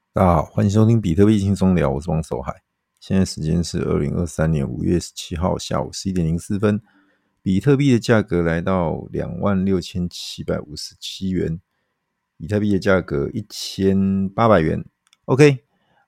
大家好，欢迎收听比特币轻松聊，我是汪守海。现在时间是2023年5月17号下午11:04，比特币的价格来到26,757元，以太币的价格1800元。OK，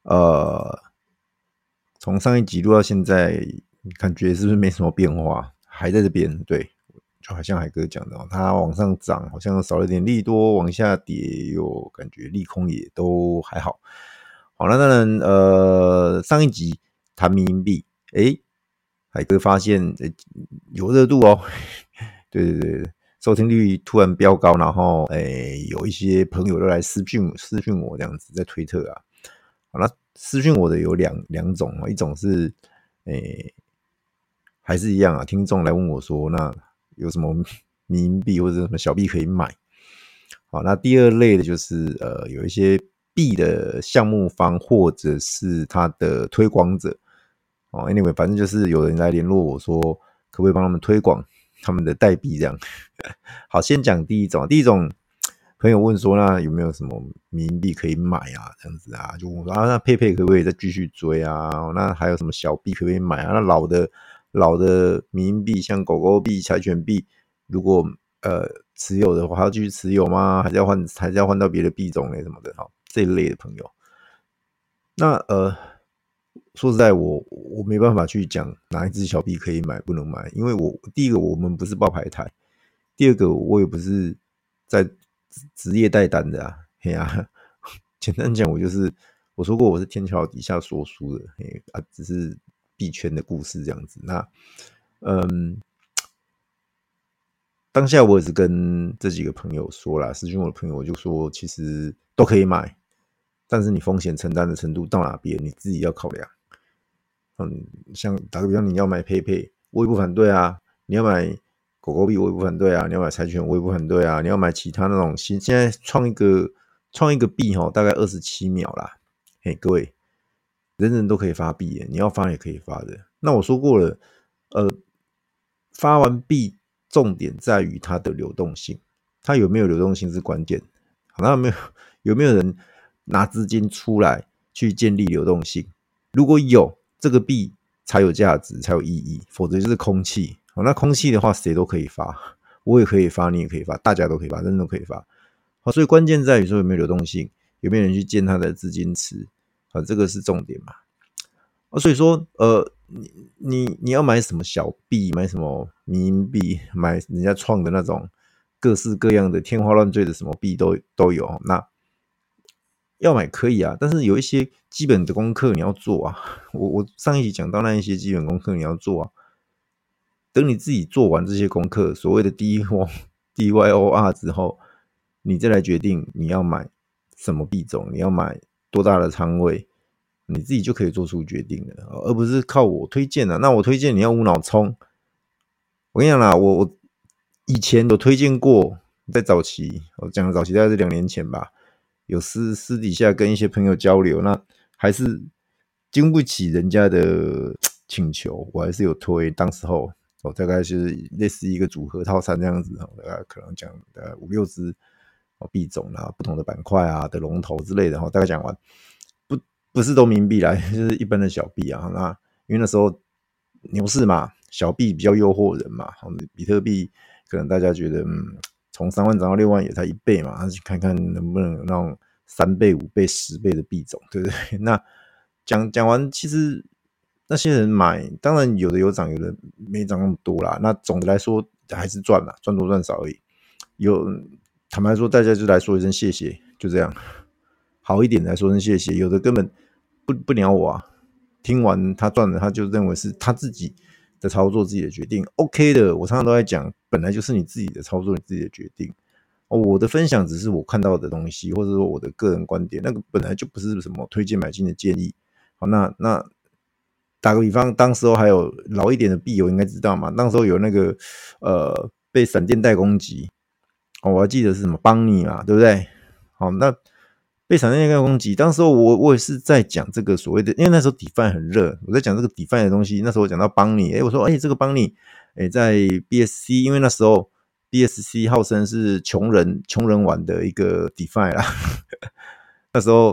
从上一集录到现在，感觉是不是没什么变化？还在这边，对，就好像海哥讲的，它往上涨好像少了点利多，往下跌又感觉利空也都还好。好，那当然，上一集谈民营币，海哥发现有热度哦，对对对，收听率突然飙高，然后有一些朋友都来私讯我这样子，在推特啊。好，那私讯我的有两种，一种是还是一样啊，听众来问我说，那有什么民营币或者什么小币可以买？好，那第二类的就是有一些币的项目方或者是它的推广者。anyway，反正就是有人来联络我说，可不可以帮他们推广他们的代币这样。好，先讲第一种，朋友问说，那有没有什么民营币可以买啊？这样子啊，就问我说那佩佩可不可以再继续追啊？那还有什么小币可不可以买啊？那老的民营币，像狗狗币、柴犬币，如果持有的话，还要继续持有吗？还是要换到别的币种类什么的？这一类的朋友，那说实在我没办法去讲哪一只小币可以买不能买，因为第一个我们不是报牌台，第二个我也不是在职业代单的啊，嘿啊，简单讲我说过我是天桥底下说书的，只是币圈的故事这样子。那嗯，当下我也是跟这几个朋友说啦，私讯我的朋友我就说其实都可以买，但是你风险承担的程度到哪边你自己要考量。像打个比方，你要买佩佩，我也不反对啊；你要买狗狗币，我也不反对啊；你要买柴犬，我也不反对啊；你要买其他那种现在创一个币大概27秒啦。嘿，各位，人人都可以发币耶，你要发也可以发的。那我说过了，呃，发完币重点在于它的流动性，它有没有流动性是关键。好，那有没有人拿资金出来去建立流动性？如果有，这个币才有价值，才有意义，否则就是空气。好，那空气的话，谁都可以发，我也可以发，你也可以发，大家都可以发，人人都可以发。好，所以关键在于说有没有流动性，有没有人去建他的资金池，这个是重点嘛。所以说，你要买什么小币，买什么民营币，买人家创的那种各式各样的天花乱坠的什么币都有。那要买可以啊，但是有一些基本的功课你要做啊。我上一集讲到那一些基本功课你要做啊。等你自己做完这些功课，所谓的 DYOR 之后，你再来决定你要买什么币种，你要买多大的仓位，你自己就可以做出决定了，而不是靠我推荐的。那我推荐你要无脑冲，我跟你讲啦，我以前有推荐过，在早期，我讲的早期大概是2年前吧，有私底下跟一些朋友交流，那还是经不起人家的请求，我还是有推。当时候大概是类似一个组合套餐这样子，大概可能讲5、6只币种啊，不同的板块啊的龙头之类的，大概讲完，不是都冥币来，就是一般的小币啊。那因为那时候牛市嘛，小币比较诱惑人嘛。比特币可能大家觉得，从3万涨到6万也才1倍嘛，去看看能不能有那种3倍、5倍、10倍的币种，对不对？那讲完，其实那些人买，当然有的有涨，有的没涨那么多啦。那总的来说还是赚嘛，赚多赚少而已。坦白说，大家就来说一声谢谢，就这样。好一点来说声谢谢，有的根本不鸟我啊。听完他赚了，他就认为是他自己的操作，自己的决定。OK 的，我常常都在讲，本来就是你自己的操作，你自己的决定。我的分享只是我看到的东西，或者说我的个人观点，那个本来就不是什么推荐买进的建议。好，那打个比方，当时候还有老一点的币友应该知道嘛，当时候有那个被闪电带攻击，我还记得是什么邦尼嘛，对不对？好，那被闪电带攻击，当时候我也是在讲这个所谓的，因为那时候 DeFi 很热，我在讲这个 DeFi 的东西，那时候我讲到邦尼，我说这个邦尼，在 BSC， 因为那时候 BSC 号称是穷人玩的一个 DeFi 啦，那时候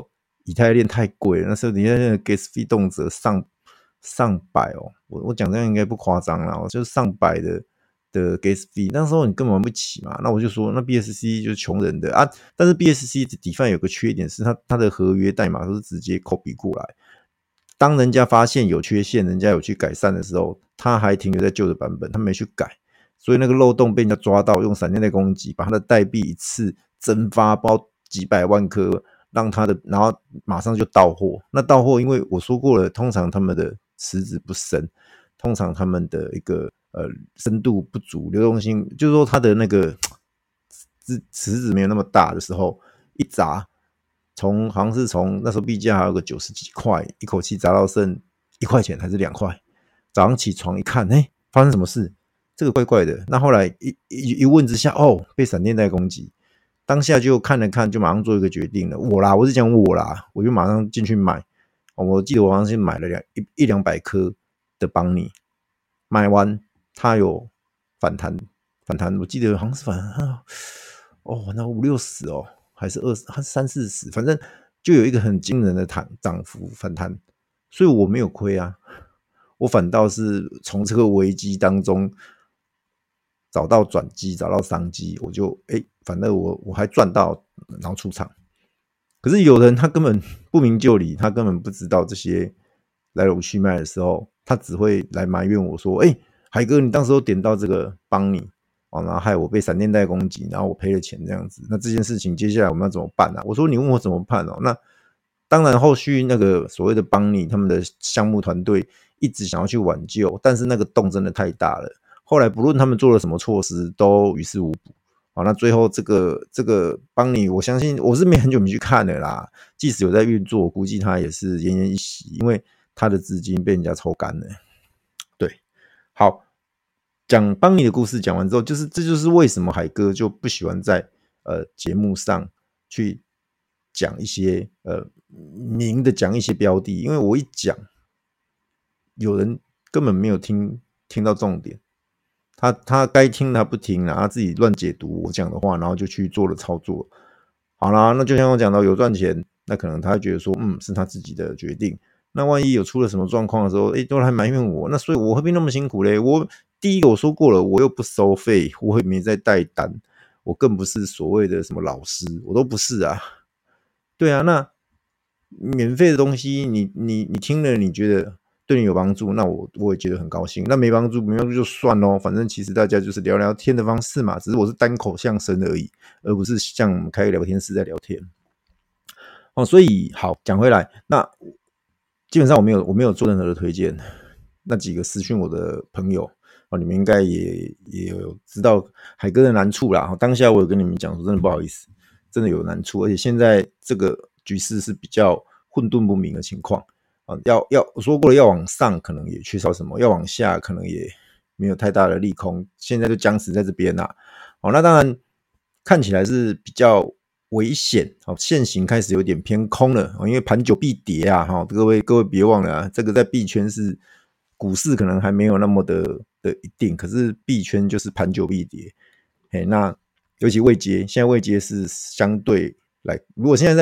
以太链太贵了，那时候以太链的 gas fee 动辄上百哦，我讲这样应该不夸张啦，就是上百的 gas fee， 那时候你根本玩不起嘛。那我就说，那 BSC 就是穷人的啊。但是 BSC DeFi 有个缺点是它的合约代码都是直接 copy 过来，当人家发现有缺陷，人家有去改善的时候，他还停留在旧的版本，他没去改，所以那个漏洞被人家抓到，用闪电在攻击，把他的代币一次蒸发包几百万颗，让他的，然后马上就到货。那到货，因为我说过了，通常他们的池子不深，通常他们的一个深度不足，流动性就是说它的那个池子没有那么大的时候，一砸，好像是从那时候币价还有个90几块，一口气砸到剩1块钱还是2块。早上起床一看，发生什么事？这个怪怪的。那后来一问之下，哦，被闪电带攻击。当下就看了看，就马上做一个决定了。我是讲我啦，我就马上进去买。我记得我好像是买了100-200颗的邦尼，买完它有反弹，我记得好像是反弹，那50-60哦，还是30-40，反正就有一个很惊人的涨幅反弹，所以我没有亏啊，我反倒是从这个危机当中找到转机，找到商机，我就反正我还赚到，然后出场。可是有人他根本不明就里，他根本不知道这些来龙去脉的时候，他只会来埋怨我说：“海哥，你当时都点到这个帮你然后害我被闪电带攻击，然后我赔了钱这样子。那这件事情接下来我们要怎么办啊？”我说：“你问我怎么办哦？那当然，后续那个所谓的帮你他们的项目团队一直想要去挽救，但是那个洞真的太大了。后来不论他们做了什么措施，都于事无补。那最后这个帮你，我相信我是很久没去看了啦。即使有在运作，我估计他也是奄奄一息，因为他的资金被人家抽干了。对，好，讲邦尼的故事讲完之后，这就是为什么海哥就不喜欢在节目上去讲一些明的讲一些标的，因为我一讲，有人根本没有听到重点。他该听他不听啦，他自己乱解读我讲的话，然后就去做了操作。好啦，那就像我讲到有赚钱，那可能他觉得说，是他自己的决定。那万一有出了什么状况的时候，都来埋怨我，那所以我何必那么辛苦嘞？第一个我说过了，我又不收费，我也没在带单，我更不是所谓的什么老师，我都不是啊。对啊，那免费的东西，你听了，你觉得对你有帮助，那我也觉得很高兴。那没帮助就算咯，反正其实大家就是聊聊天的方式嘛，只是我是单口相声而已，而不是像我们开个聊天室在聊天。所以好讲回来，那基本上我没有做任何的推荐。那几个私讯我的朋友你们应该也有知道海哥的难处啦。当下我有跟你们讲说，真的不好意思，真的有难处，而且现在这个局势是比较混沌不明的情况我说过了，要往上可能也缺少什么，要往下可能也没有太大的利空，现在就僵死在这边啦。那当然看起来是比较危险，现行开始有点偏空了，因为盘久必跌啊，各位别忘了这个在币圈是股市可能还没有那么的一定，可是币圈就是盘久必跌。那尤其现在位阶是相对来，如果现在在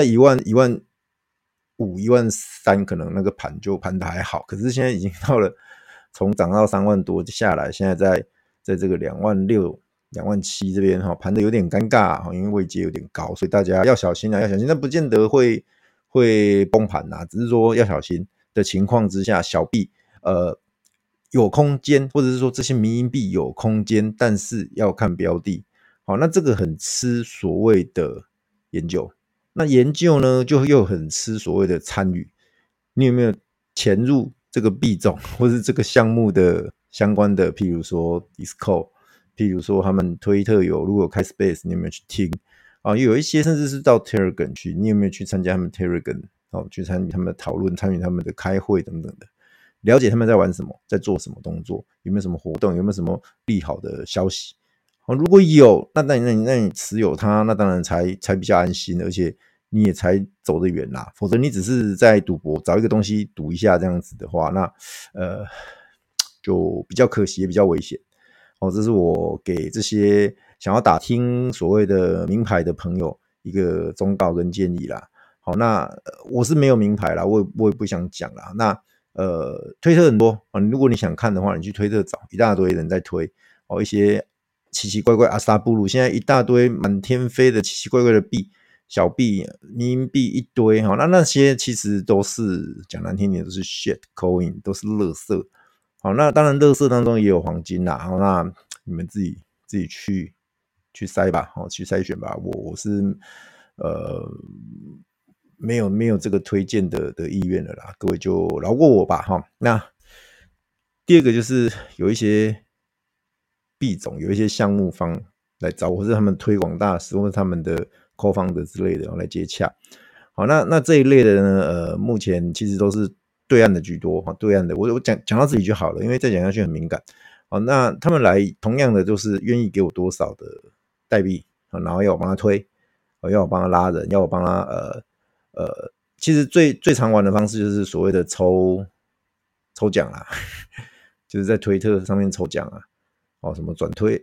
15000、13000，可能那个盘的还好，可是现在已经到了从涨到3万多下来，现在在这个26000、27000这边盘的有点尴尬，因为位阶有点高，所以大家要小心啊，要小心。但不见得会崩盘啊，只是说要小心的情况之下，小币有空间，或者是说这些迷因币有空间，但是要看标的。那这个很吃所谓的研究，那研究呢就又很吃所谓的参与。你有没有潜入这个币种或是这个项目的相关的，譬如说 Discord， 譬如说他们推特如果开 Space， 你有没有去听有一些甚至是到 Telegram 去，你有没有去参加他们 Telegram， 去参与他们的讨论，参与他们的开会等等的，了解他们在玩什么，在做什么动作，有没有什么活动，有没有什么利好的消息。如果有，那你持有它，那当然才比较安心，而且你也才走得远啦。否则你只是在赌博，找一个东西赌一下这样子的话，那就比较可惜，也比较危险。这是我给这些想要打听所谓的名牌的朋友一个忠告跟建议啦。 好，那我是没有名牌啦，我也不想讲啦。那推特很多如果你想看的话，你去推特找一大堆人在推一些奇奇怪怪阿萨布鲁，现在一大堆满天飞的奇奇怪怪的币。小币、迷因币一堆那些其实都是讲难听点都是 shit coin， 都是垃圾。好，那当然垃圾当中也有黄金啦。那你们自己去筛吧，去筛选吧。我是没有这个推荐的意愿了啦，各位就饶过我吧那第二个就是有一些币种，有一些项目方来找我，或是他们推广大使，或是他们的 co-founder 之类的来接洽。好，那这一类的呢，目前其实都是对岸的居多，对岸的，我讲到这里就好了，因为再讲下去很敏感。好，那他们来同样的就是愿意给我多少的代币，然后要我帮他推，要我帮他拉人，要我帮他其实最常玩的方式就是所谓的抽奖啦，就是在推特上面抽奖啊，什么转推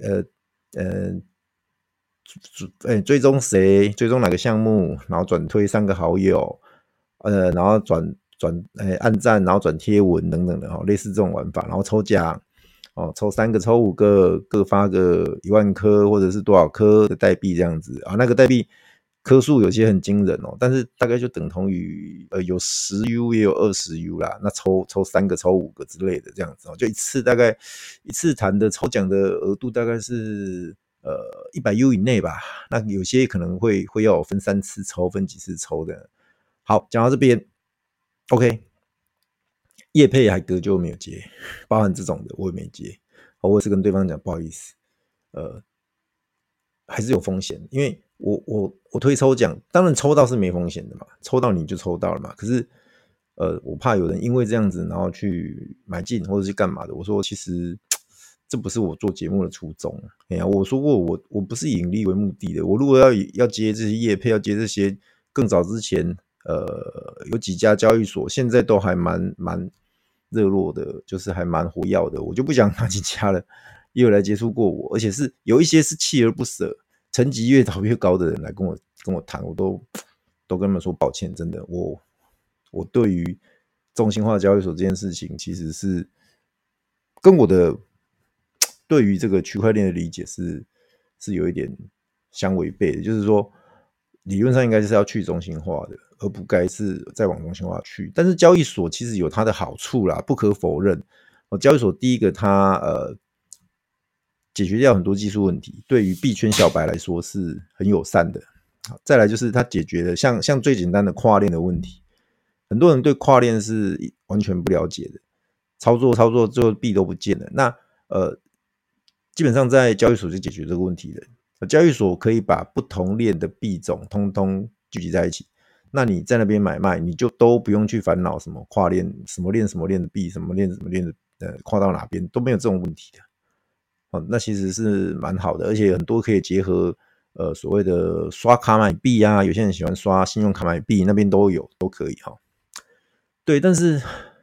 追踪谁，追踪哪个项目，然后转推3个好友，然后转按赞，然后转贴文等等的类似这种玩法，然后抽奖抽3个，抽5个，各发个1万颗或者是多少颗的代币这样子那个代币颗数有些很惊人但是大概就等同于有10U 也有20U 啦，那抽3个，抽5个之类的这样子就大概一次谈的抽奖的额度大概是100U 以内吧，那有些可能会要分3次抽，分几次抽的。好，讲到这边 OK， 业配海哥就没有接，包含这种的我也没接，我也是跟对方讲不好意思，还是有风险，因为我推抽奖，当然抽到是没风险的嘛，抽到你就抽到了嘛，可是我怕有人因为这样子然后去买进或者是干嘛的，我说其实这不是我做节目的初衷。我说过我不是以盈利为目的的，我如果要接这些业配，要接这些，更早之前有几家交易所现在都还蛮热络的，就是还蛮活跃的，我就不讲哪几家了，也有来接触过我，而且是有一些是锲而不舍，层级越倒越高的人来跟我谈，我都跟他们说抱歉，真的我对于中心化交易所这件事情，其实是跟我的对于这个区块链的理解是有一点相违背的，就是说理论上应该是要去中心化的，而不该是再往中心化去。但是交易所其实有它的好处啦，不可否认。交易所第一个它解决掉很多技术问题，对于币圈小白来说是很友善的。再来就是它解决了像最简单的跨链的问题，很多人对跨链是完全不了解的，操作最后币都不见了。那基本上在交易所就解决这个问题了。交易所可以把不同链的币种通通聚集在一起，那你在那边买卖，你就都不用去烦恼什么跨链、什么链的币、什么链的跨到哪边都没有这种问题的。那其实是蛮好的，而且很多可以结合所谓的刷卡买币啊，有些人喜欢刷信用卡买币，那边都可以对，但是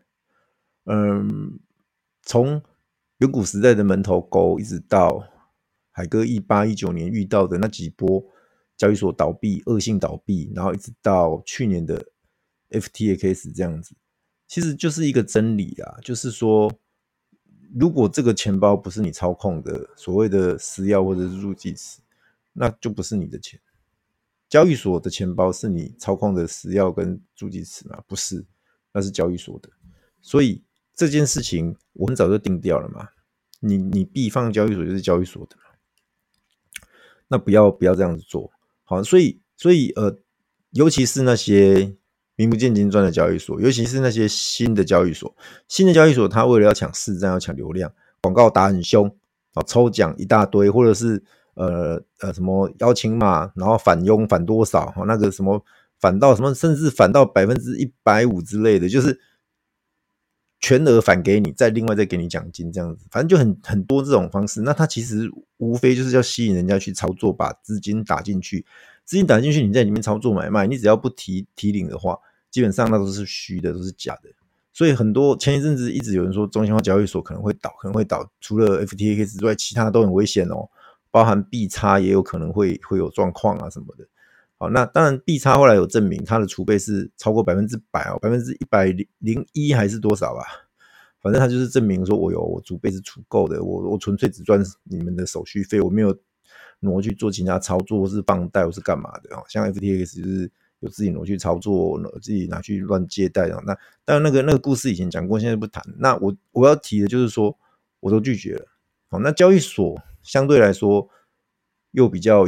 从远古时代的门头沟一直到海哥18、19年遇到的那几波交易所倒闭、恶性倒闭，然后一直到去年的 FTX 这样子，其实就是一个真理啦，就是说如果这个钱包不是你操控的，所谓的私钥或者是助记词，那就不是你的钱。交易所的钱包是你操控的私钥跟助记词吗？不是，那是交易所的。所以这件事情我很早就定掉了嘛，你币放交易所就是交易所的嘛，那不要这样子做。好，所以尤其是那些名不见经传的交易所，尤其是那些新的交易所，它为了要抢市占，要抢流量，广告打很凶，抽奖一大堆，或者是什么邀请码，然后返佣返多少，那个什么返到什么，甚至返到150%之类的，就是全额返给你，再另外再给你奖金这样子，反正就很多这种方式。那它其实无非就是要吸引人家去操作，把资金打进去，你在里面操作买卖，你只要不提领的话，基本上那都是虚的，都是假的。所以很多前一阵子一直有人说中心化交易所可能会倒，除了 FTX 之外，其他都很危险包含币差也有可能会有状况啊什么的。 好，那当然币差后来有证明它的储备是超过100%哦，101%还是多少啊？反正它就是证明说我储备是足够的，我纯粹只赚你们的手续费，我没有挪去做其他操作，或是放贷，或是干嘛的。像 FTX 就是有自己挪去操作，自己拿去乱借贷。那当然那个故事以前讲过，现在不谈。那我要提的就是说，我都拒绝了。好，那交易所相对来说又比较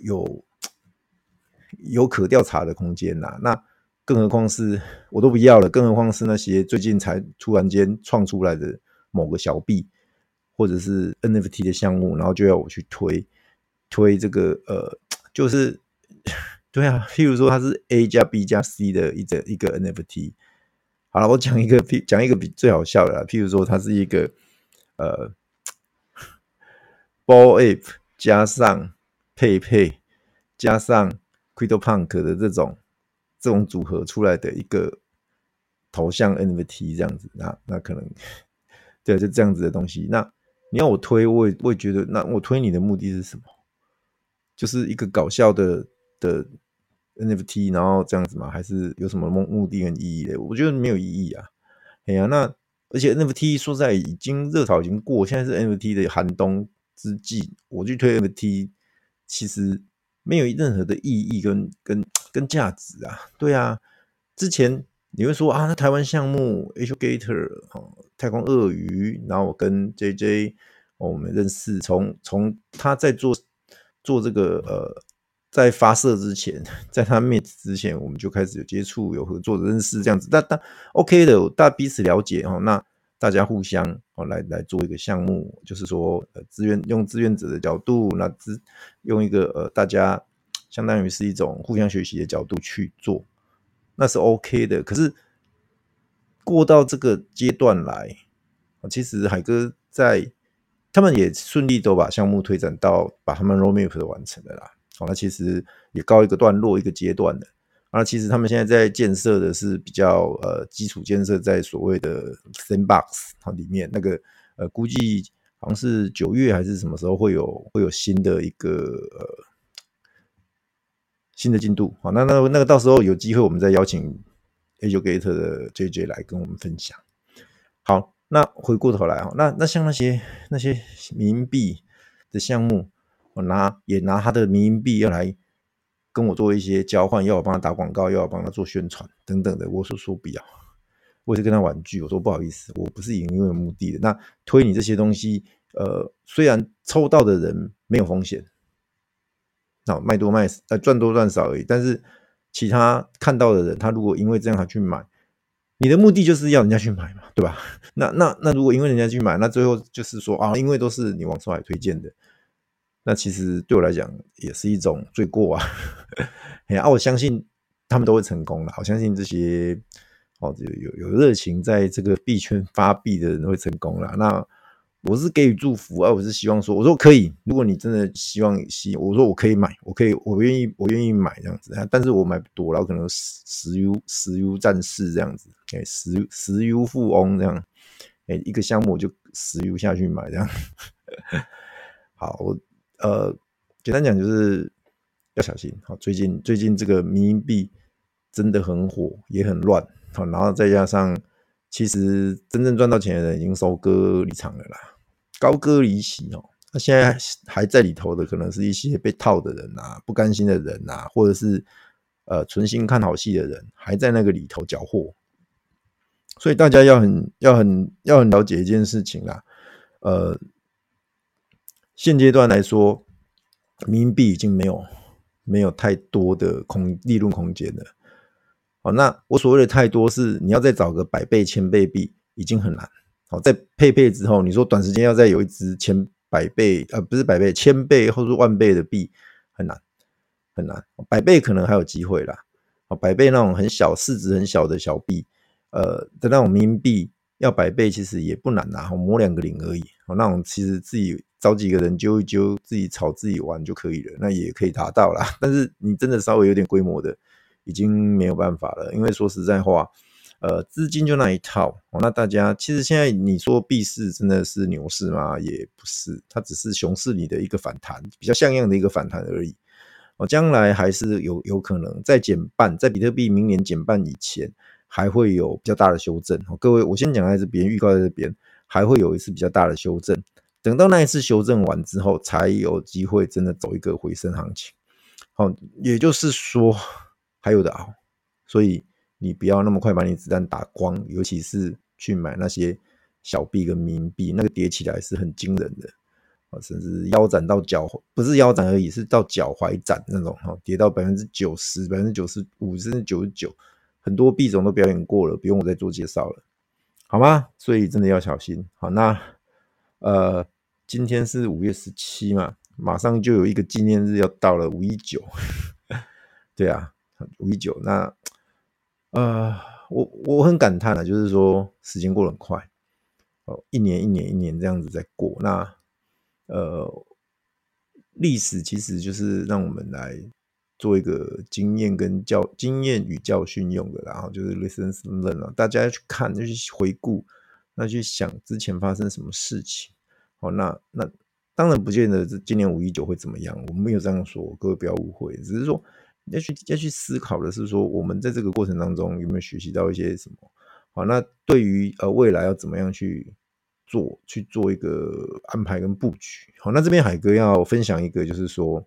有可调查的空间啦。那更何况是我都不要了，更何况是那些最近才突然间创出来的某个小币或者是 NFT 的项目，然后就要我去推这个就是对啊，譬如说它是 A 加 B 加 C 的一个 NFT。好了，我讲一个比最好笑的啦，譬如说它是一个Bored Ape 加上佩佩加上 CryptoPunk 的这种组合出来的一个头像 NFT 这样子，那可能对，就这样子的东西。那你要我推，我也觉得，那我推你的目的是什么？就是一个搞笑的 NFT，然后这样子吗？还是有什么目的跟意义的？我觉得没有意义啊。哎呀，那而且 NFT 说实在已经热潮已经过，现在是 NFT 的寒冬之际，我去推 NFT，其实没有任何的意义跟价值啊。对啊，之前你会说啊，那台湾项目 Gator 太空鳄鱼，然后我跟 JJ 我们认识，从他在做这个在发射之前，在他灭之前，我们就开始有接触、有合作的认识这样子。但 OK 的，大家彼此了解哦，那大家互相来做一个项目，就是说用志愿者的角度，用一个大家相当于是一种互相学习的角度去做，那是 OK 的。可是过到这个阶段来，其实海哥他们也顺利都把项目推展到把他们 roadmap 都完成了啦。那其实也告一个段落一个阶段了。其实他们现在在建设的是比较基础建设，在所谓的 sandbox 里面，那个估计好像是9月还是什么时候会有新的一个新的进度。好，那个到时候有机会我们再邀请 Educator 的 JJ 来跟我们分享。好，那回过头来那像那些民币的项目，也拿他的民币要来跟我做一些交换，要我帮他打广告，要我帮他做宣传等等的，我说不要，我也是跟他婉拒，我说不好意思，我不是以营业为目的的。那推你这些东西，虽然抽到的人没有风险，卖多卖赚多赚少而已，但是其他看到的人，他如果因为这样他去买，你的目的就是要人家去买嘛，对吧？那如果因为人家去买，那最后就是说啊，因为都是你往上海推荐的，那其实对我来讲也是一种罪过啊。我相信他们都会成功的，我相信这些有热情在这个币圈发币的人会成功啦。那我是给予祝福我是希望说，我说可以，如果你真的希望我说我可以买，我愿意买这样子，但是我买不多，然后可能10U 战士这样子，10U 富翁这样，一个项目我就10U 下去买这样。好，我简单讲就是要小心。好，最近这个迷因币真的很火，也很乱。好，然后再加上，其实真正赚到钱的人已经收割离场了啦，高歌离席哦。那现在还在里头的，可能是一些被套的人啊，不甘心的人啊，或者是存心看好戏的人，还在那个里头缴获。所以大家要很了解一件事情啦，现阶段来说，民营币已经没有太多的利润空间了。好，那我所谓的太多是你要再找个100倍、1000倍币已经很难。好，在配之后，你说短时间要再有一支100倍不是100倍1000倍或者10000倍的币很难100倍可能还有机会啦。100倍那种很小市值很小的小币，的那种民营币要100倍其实也不难啦，摸2个0而已。那种其实自己找几个人揪一揪，自己炒自己玩就可以了，那也可以达到啦。但是你真的稍微有点规模的，已经没有办法了，因为说实在话，资金就那一套。那大家其实现在你说币市真的是牛市吗？也不是，它只是熊市里的一个反弹，比较像样的一个反弹而已。 将来还是有可能在减半，在比特币明年减半以前，还会有比较大的修正。各位，我先讲在这边，预告在这边，还会有一次比较大的修正。等到那一次修正完之后，才有机会真的走一个回升行情。也就是说还有的熬，所以你不要那么快把你子弹打光，尤其是去买那些小币跟冥币，那个跌起来是很惊人的。甚至腰斩到脚，不是腰斩而已，是到脚踝斩那种，跌到90%、95%甚至99%，很多币种都表演过了，不用我再做介绍了，好吗？所以真的要小心。好，那今天是5月17嘛，马上就有一个纪念日要到了519，对啊，519，那我很感叹就是说时间过得很快，一年这样子在过，那历史其实就是让我们来做一个经验与教训用的，然后就是 lessons learned，大家要去看，就去回顾，那去想之前发生什么事情。好，那当然不见得今年519会怎么样，我们没有这样说，各位不要误会，只是说要去思考的是说，我们在这个过程当中有没有学习到一些什么？好，那对于未来要怎么样去做一个安排跟布局。好，那这边海哥要分享一个，就是说，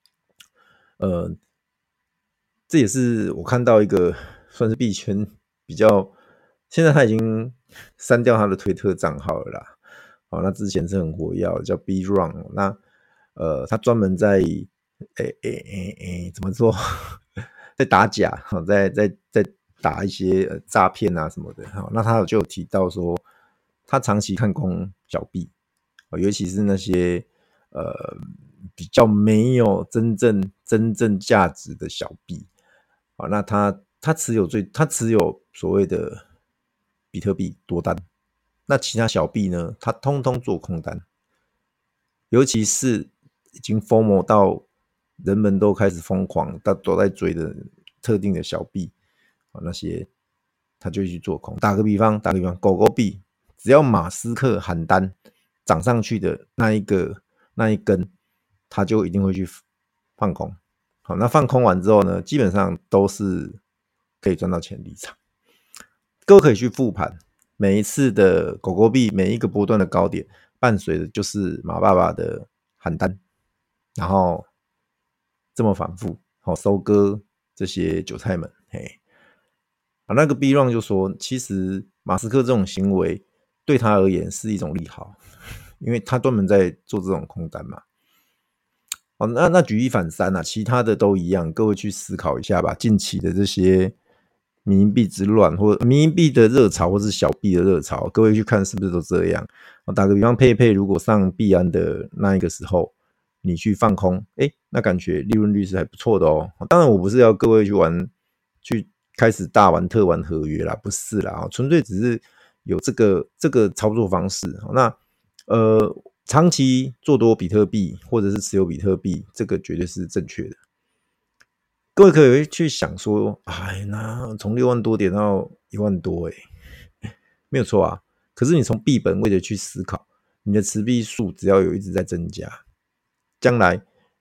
这也是我看到一个算是币圈比较，现在他已经删掉他的推特账号了啦。好，那之前是很活跃的，叫 B Run。那他专门在怎么做，在打假，在打一些诈骗啊什么的。好，那他就有提到说，他长期看空小币，尤其是那些比较没有真正价值的小币。好，那他持有所谓的比特币多单，那其他小币呢，他通通做空单，尤其是已经 FOMO 到人们都开始疯狂，都在追的特定的小币，那些他就去做空。打个比方，狗狗币，只要马斯克喊单涨上去的那一根，他就一定会去放空。好，那放空完之后呢，基本上都是可以赚到钱离场。各位可以去复盘每一次的狗狗币，每一个波段的高点，伴随的就是马爸爸的喊单，然后这么反复，收割这些韭菜们。嘿，那个 B Run 就说，其实马斯克这种行为对他而言是一种利好，因为他专门在做这种空单嘛。那举一反三其他的都一样，各位去思考一下吧。近期的这些民营币之乱，或者民营币的热潮，或是小币的热潮，各位去看是不是都这样？打个比方，佩佩如果上币安的那一个时候，你去放空，那感觉利润率是还不错的哦。当然，我不是要各位去开始大玩特玩合约啦，不是啦，纯粹只是有这个操作方式。那长期做多比特币或者是持有比特币，这个绝对是正确的。各位可以去想说，那从6万多点到1万多，没有错啊。可是你从币本位的去思考，你的持币数只要有一直在增加，将来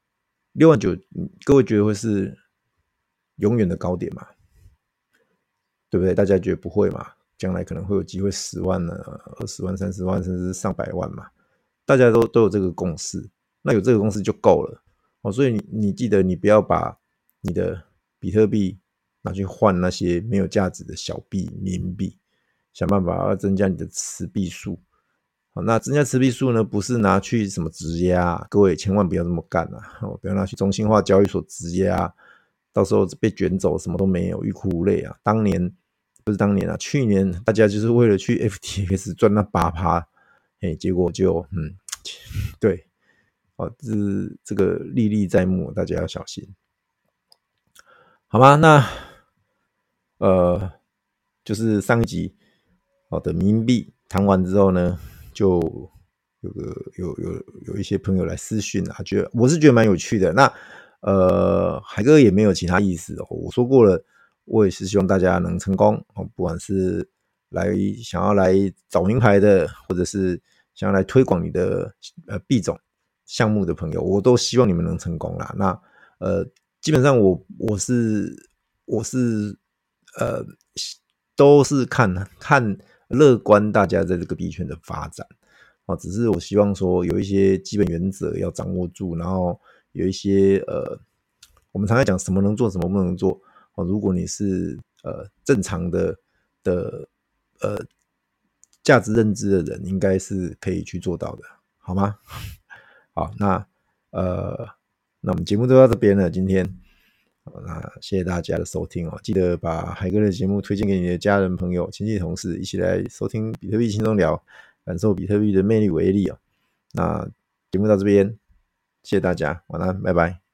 6万9，各位觉得会是永远的高点吗？对不对？大家觉得不会嘛？将来可能会有机会10万呢、20万、30万，甚至上百万嘛。大家都有这个共识，那有这个共识就够了。所以你记得，你不要把你的比特币拿去换那些没有价值的小币、冥币，想办法要增加你的持币数。那增加持币数呢，不是拿去什么质押，各位千万不要这么干不要拿去中心化交易所质押，到时候被卷走，什么都没有，欲哭无泪啊！去年大家就是为了去 FTX 赚那8%，结果就对，这个历历在目，大家要小心，好吗？那就是上一集的冥币谈完之后呢，就有一些朋友来私讯我是觉得蛮有趣的。那海哥也没有其他意思我说过了，我也是希望大家能成功不管是想要来找名牌的，或者是想要来推广你的币种项目的朋友，我都希望你们能成功啦。那基本上我是呃都是看乐观大家在这个币圈的发展只是我希望说有一些基本原则要掌握住，然后有一些我们常常讲什么能做什么不能做如果你是正常的价值认知的人，应该是可以去做到的，好吗？好，呃那我们节目都到这边了，今天那谢谢大家的收听记得把海哥的节目推荐给你的家人、朋友、亲戚、同事，一起来收听比特币轻松聊，感受比特币的魅力威力那节目到这边，谢谢大家，晚安，拜拜。